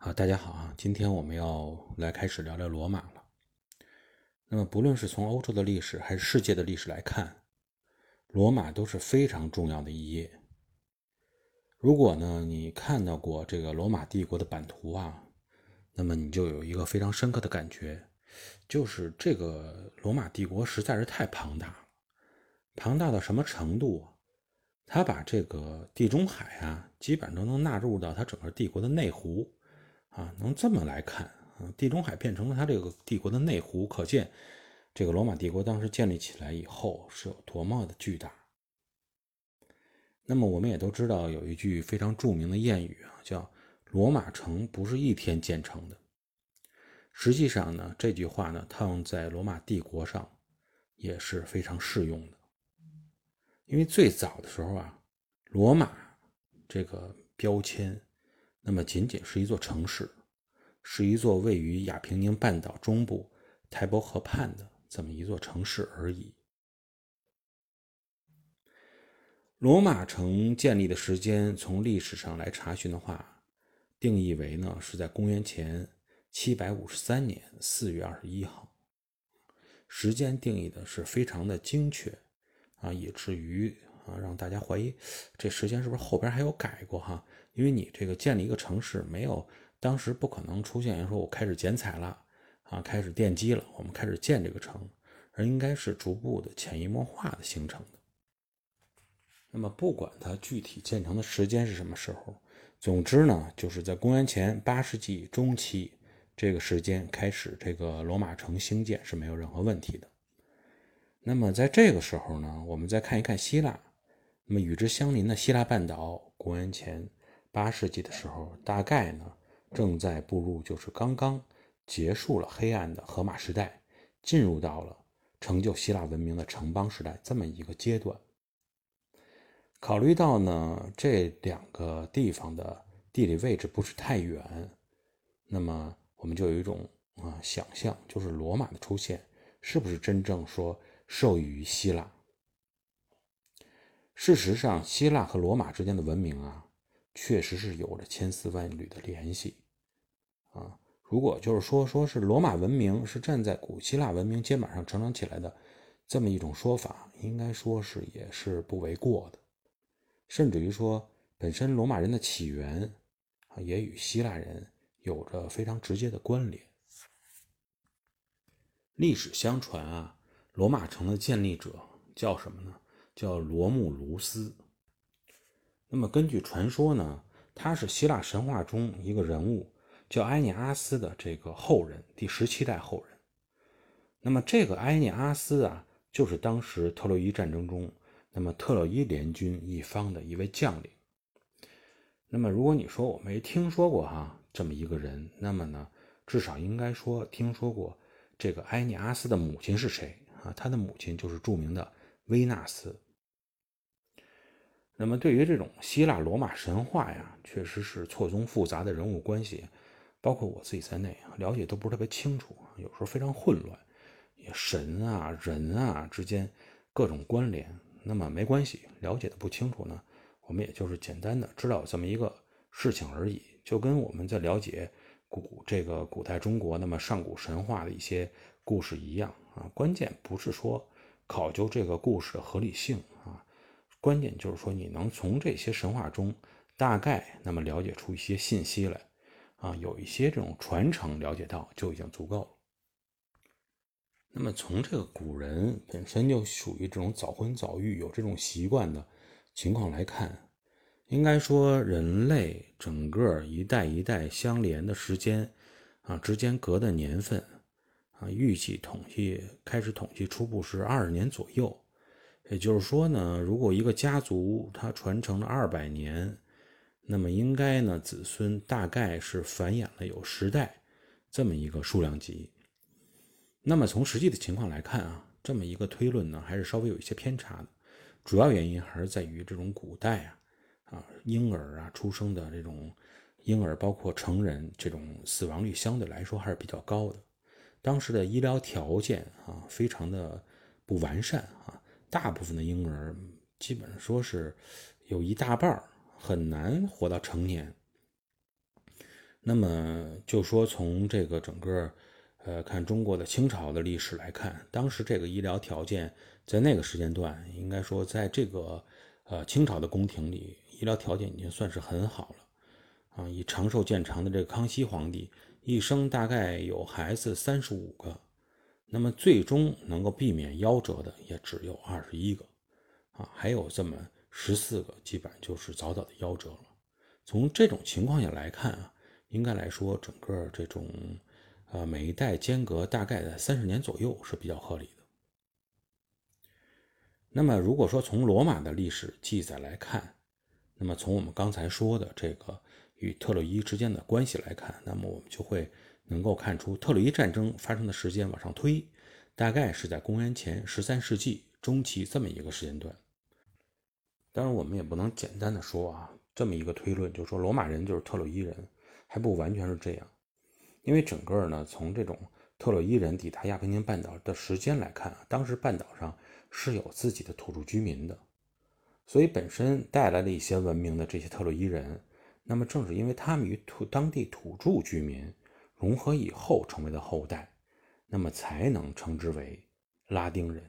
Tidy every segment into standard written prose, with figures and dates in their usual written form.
大家好啊，今天我们要来开始聊聊罗马了。那么不论是从欧洲的历史还是世界的历史来看，罗马都是非常重要的一页。如果呢你看到过这个罗马帝国的版图啊，那么你就有一个非常深刻的感觉，就是这个罗马帝国实在是太庞大了，庞大到什么程度啊？它把这个地中海啊，基本上都能纳入到它整个帝国的内湖啊，能这么来看啊，地中海变成了它这个帝国的内湖，可见这个罗马帝国当时建立起来以后是有多么的巨大。那么我们也都知道有一句非常著名的谚语啊，叫罗马城不是一天建成的。实际上呢，这句话呢套用在罗马帝国上也是非常适用的。因为最早的时候啊，罗马这个标签那么仅仅是一座城市，是一座位于亚平宁半岛中部台伯河畔的这么一座城市而已。罗马城建立的时间从历史上来查询的话，定义为呢是在公元前753年4月21号，时间定义的是非常的精确啊，以至于让大家怀疑这时间是不是后边还有改过哈？因为你这个建立一个城市，没有当时不可能出现说我开始剪彩了啊，开始奠基了，我们开始建这个城，而应该是逐步的潜移默化的形成的。那么不管它具体建成的时间是什么时候，总之呢，就是在公元前8世纪中期这个时间开始，这个罗马城兴建是没有任何问题的。那么在这个时候呢，我们再看一看希腊。那么与之相邻的希腊半岛，公元前8世纪的时候，大概呢正在步入就是刚刚结束了黑暗的荷马时代，进入到了成就希腊文明的城邦时代这么一个阶段。考虑到呢这两个地方的地理位置不是太远，那么我们就有一种想象，就是罗马的出现是不是真正说受益于希腊？事实上，希腊和罗马之间的文明啊，确实是有着千丝万缕的联系啊。如果就是说是罗马文明是站在古希腊文明肩膀上成长起来的这么一种说法，应该说是也是不为过的。甚至于说，本身罗马人的起源也与希腊人有着非常直接的关联。历史相传啊，罗马城的建立者叫什么呢？叫罗慕卢斯。那么根据传说呢，他是希腊神话中一个人物，叫埃涅阿斯的这个后人，第17代后人。那么这个埃涅阿斯啊，就是当时特洛伊战争中，那么特洛伊联军一方的一位将领。那么如果你说我没听说过这么一个人，那么呢，至少应该说听说过这个埃涅阿斯的母亲是谁啊？他的母亲就是著名的维纳斯。那么对于这种希腊罗马神话呀，确实是错综复杂的人物关系，包括我自己在内了解都不是特别清楚，有时候非常混乱，神啊人啊之间各种关联。那么没关系，了解的不清楚呢，我们也就是简单的知道这么一个事情而已，就跟我们在了解古代中国那么上古神话的一些故事一样啊。关键不是说考究这个故事的合理性啊，关键就是说你能从这些神话中大概那么了解出一些信息来啊，有一些这种传承了解到就已经足够了。那么从这个古人本身就属于这种早婚早育有这种习惯的情况来看，应该说人类整个一代一代相连的时间之间隔的年份预计开始统计初步是20年左右。也就是说呢，如果一个家族它传承了200年，那么应该呢子孙大概是繁衍了有10代这么一个数量级。那么从实际的情况来看这么一个推论呢，还是稍微有一些偏差的。主要原因还是在于这种古代婴儿出生的这种婴儿，包括成人，这种死亡率相对来说还是比较高的。当时的医疗条件非常的不完善大部分的婴儿基本上说是有一大半很难活到成年。 那么就说从这个整个看中国的清朝的历史来看，当时这个医疗条件在那个时间段，应该说在这个清朝的宫廷里，医疗条件已经算是很好了啊。以长寿见长的这个康熙皇帝，一生大概有孩子35个，那么最终能够避免夭折的也只有21个啊，还有这么14个基本上就是早早的夭折了。从这种情况下来看啊，应该来说整个这种每一代间隔大概在30年左右是比较合理的。那么如果说从罗马的历史记载来看，那么从我们刚才说的这个与特洛伊之间的关系来看，那么我们就会能够看出特洛伊战争发生的时间往上推，大概是在公元前13世纪中期这么一个时间段。当然我们也不能简单的说啊，这么一个推论就说罗马人就是特洛伊人，还不完全是这样。因为整个呢，从这种特洛伊人抵达亚平宁半岛的时间来看，当时半岛上是有自己的土著居民的，所以本身带来了一些文明的这些特洛伊人，那么正是因为他们与当地土著居民融合以后成为了后代，那么才能称之为拉丁人。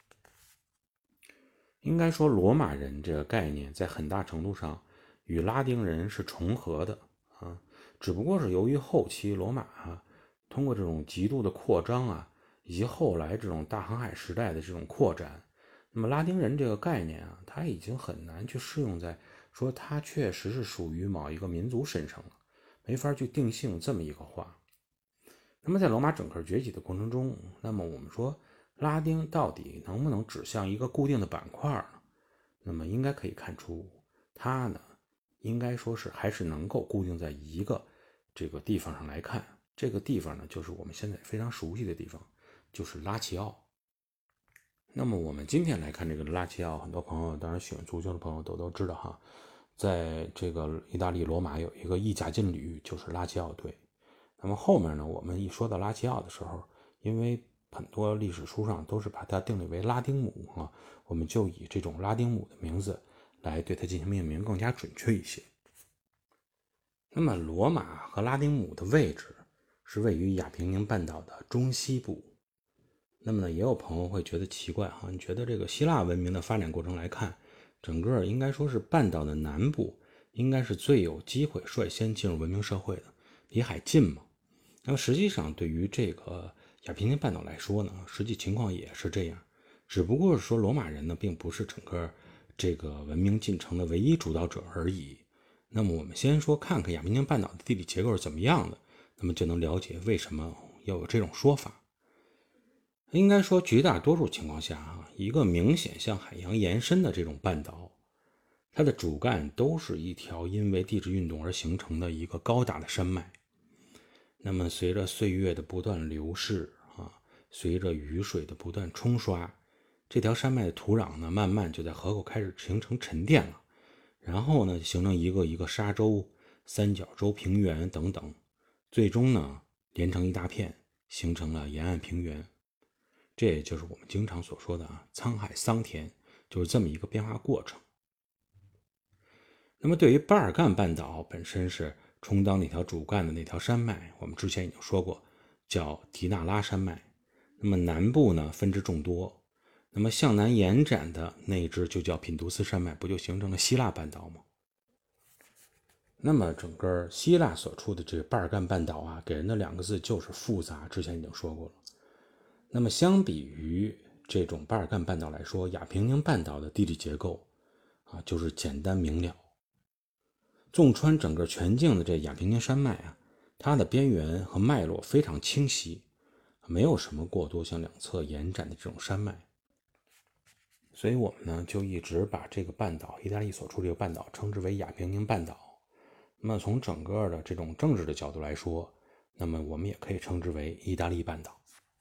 应该说罗马人这个概念在很大程度上与拉丁人是重合的啊，只不过是由于后期罗马通过这种极度的扩张以及后来这种大航海时代的这种扩展，那么拉丁人这个概念它已经很难去适用在说它确实是属于某一个民族身上了，没法去定性这么一个话。那么在罗马整个崛起的过程中，那么我们说拉丁到底能不能指向一个固定的板块呢？那么应该可以看出，它呢应该说是还是能够固定在一个这个地方上来看。这个地方呢，就是我们现在非常熟悉的地方，就是拉齐奥。那么我们今天来看这个拉齐奥，很多朋友当然喜欢足球的朋友都知道哈，在这个意大利罗马有一个意甲劲旅，就是拉齐奥队。那么后面呢，我们一说到拉齐奥的时候，因为很多历史书上都是把它定义为拉丁姆我们就以这种拉丁姆的名字来对它进行命名，更加准确一些。那么罗马和拉丁姆的位置是位于亚平宁半岛的中西部。那么呢，也有朋友会觉得奇怪你觉得这个希腊文明的发展过程来看，整个应该说是半岛的南部应该是最有机会率先进入文明社会的，离海近嘛。那么实际上对于这个亚平宁半岛来说呢，实际情况也是这样，只不过是说罗马人呢并不是整个这个文明进程的唯一主导者而已。那么我们先说看看亚平宁半岛的地理结构是怎么样的，那么就能了解为什么要有这种说法。应该说绝大多数情况下一个明显向海洋延伸的这种半岛，它的主干都是一条因为地质运动而形成的一个高大的山脉。那么随着岁月的不断流逝随着雨水的不断冲刷，这条山脉的土壤呢，慢慢就在河口开始形成沉淀了，然后呢，形成一个一个沙洲、三角洲平原等等，最终呢，连成一大片，形成了沿岸平原。这也就是我们经常所说的沧海桑田，就是这么一个变化过程。那么对于巴尔干半岛本身是充当那条主干的那条山脉，我们之前已经说过，叫迪纳拉山脉。那么南部呢分支众多，那么向南延展的那一支就叫品杜斯山脉，不就形成了希腊半岛吗？那么整个希腊所处的这个巴尔干半岛给人的2个字就是复杂，之前已经说过了。那么相比于这种巴尔干半岛来说，亚平宁半岛的地理结构就是简单明了。纵穿整个全境的这亚平宁山脉它的边缘和脉络非常清晰，没有什么过多向两侧延展的这种山脉。所以我们呢就一直把这个半岛，意大利所处这个半岛称之为亚平宁半岛。那么从整个的这种政治的角度来说，那么我们也可以称之为意大利半岛。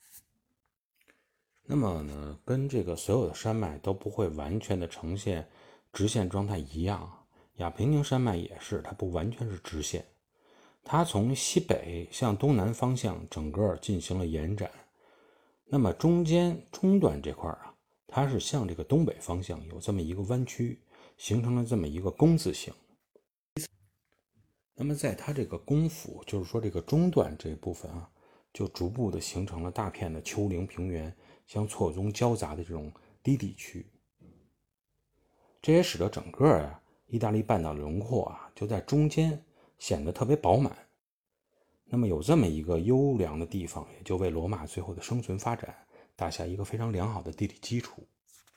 那么呢，跟这个所有的山脉都不会完全的呈现直线状态一样，亚平宁山脉也是，它不完全是直线，它从西北向东南方向整个进行了延展。那么中间中段这块它是向这个东北方向有这么一个弯曲，形成了这么一个弓字形。 那么在它这个宫府，就是说这个中段这一部分啊，就逐步的形成了大片的丘陵平原相错综交杂的这种低地区。这也使得整个意大利半岛的轮廓就在中间显得特别饱满。那么有这么一个优良的地方，也就为罗马最后的生存发展打下一个非常良好的地理基础。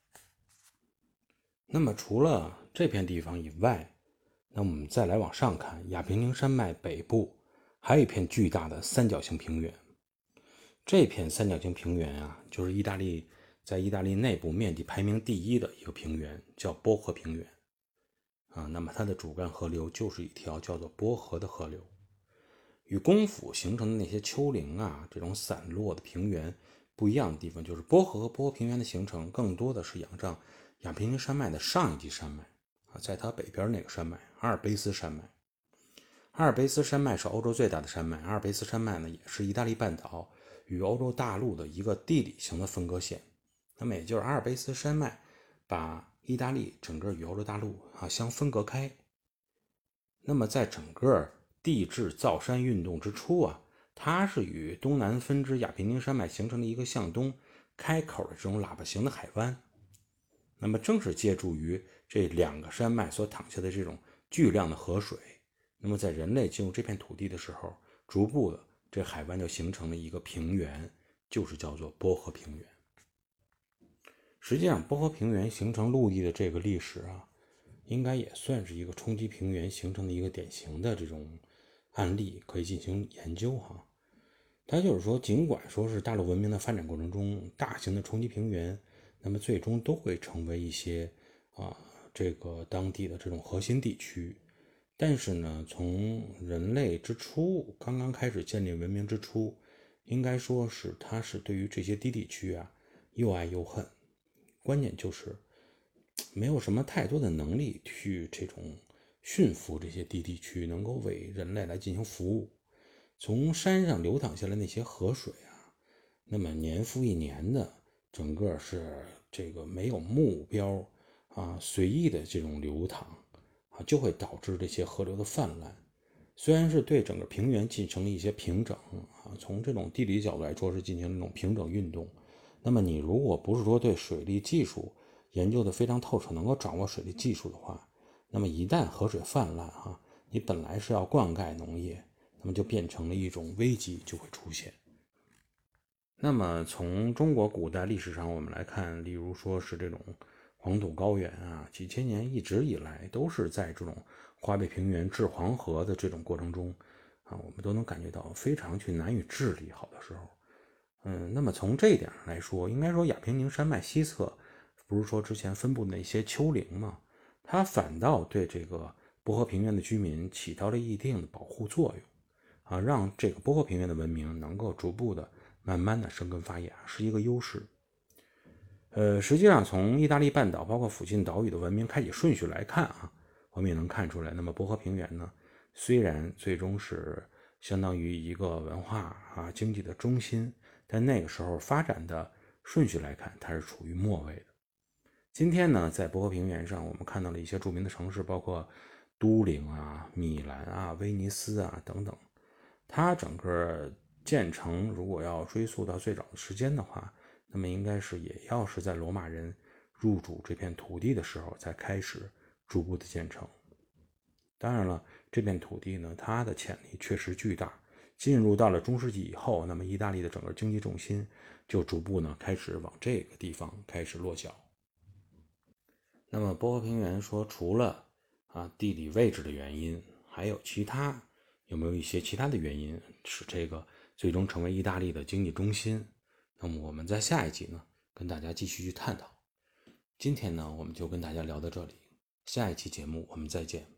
那么除了这片地方以外，那我们再来往上看，亚平宁山脉北部还有一片巨大的三角形平原。这片三角形平原就是在意大利内部面积排名第一的一个平原，叫波河平原。那么它的主干河流就是一条叫做波河的河流。与宫府形成的那些丘陵这种散落的平原不一样的地方，就是波河和波河平原的形成更多的是仰仗亚平宁山脉的上一级山脉在它北边那个山脉阿尔卑斯山脉。阿尔卑斯山脉是欧洲最大的山脉，阿尔卑斯山脉呢也是意大利半岛与欧洲大陆的一个地理型的分割线。那么也就是阿尔卑斯山脉把意大利整个与欧洲大陆相分隔开。那么在整个地质造山运动之初它是与东南分支亚平宁山脉形成了一个向东开口的这种喇叭形的海湾。那么正是借助于这两个山脉所淌下的这种巨量的河水，那么在人类进入这片土地的时候，逐步的这海湾就形成了一个平原，就是叫做波河平原。实际上波河平原形成陆地的这个历史应该也算是一个冲积平原形成的一个典型的这种案例，可以进行研究它就是说，尽管说是大陆文明的发展过程中，大型的冲积平原，那么最终都会成为一些这个当地的这种核心地区。但是呢，从人类之初刚刚开始建立文明之初，应该说是它是对于这些低地区又爱又恨。关键就是没有什么太多的能力去这种驯服这些低地区，能够为人类来进行服务。从山上流淌下来那些河水那么年复一年的，整个是这个没有目标随意的这种流淌就会导致这些河流的泛滥。虽然是对整个平原进行了一些平整从这种地理角度来说是进行了一种平整运动。那么你如果不是说对水利技术研究的非常透彻，能够掌握水利技术的话，那么一旦河水泛滥你本来是要灌溉农业，那么就变成了一种危机就会出现。那么从中国古代历史上我们来看，例如说是这种黄土高原几千年一直以来都是在这种华北平原至黄河的这种过程中我们都能感觉到非常难以治理好的时候。那么从这一点上来说，应该说亚平宁山脉西侧不是说之前分布的那些丘陵吗？它反倒对这个波河平原的居民起到了一定的保护作用让这个波河平原的文明能够逐步的慢慢的生根发芽，是一个优势。实际上从意大利半岛包括附近岛屿的文明开启顺序来看我们也能看出来，那么波河平原呢，虽然最终是相当于一个文化经济的中心，但那个时候发展的顺序来看，它是处于末位的。今天呢，在波河平原上，我们看到了一些著名的城市，包括都灵米兰威尼斯等等。它整个建成如果要追溯到最早的时间的话，那么应该是也要是在罗马人入主这片土地的时候才开始逐步的建成。当然了，这片土地呢，它的潜力确实巨大。进入到了中世纪以后，那么意大利的整个经济重心就逐步呢开始往这个地方开始落脚。那么波河平原说，除了地理位置的原因，还有有没有一些其他的原因使这个最终成为意大利的经济中心？那么我们在下一集呢跟大家继续去探讨。今天呢我们就跟大家聊到这里，下一期节目我们再见。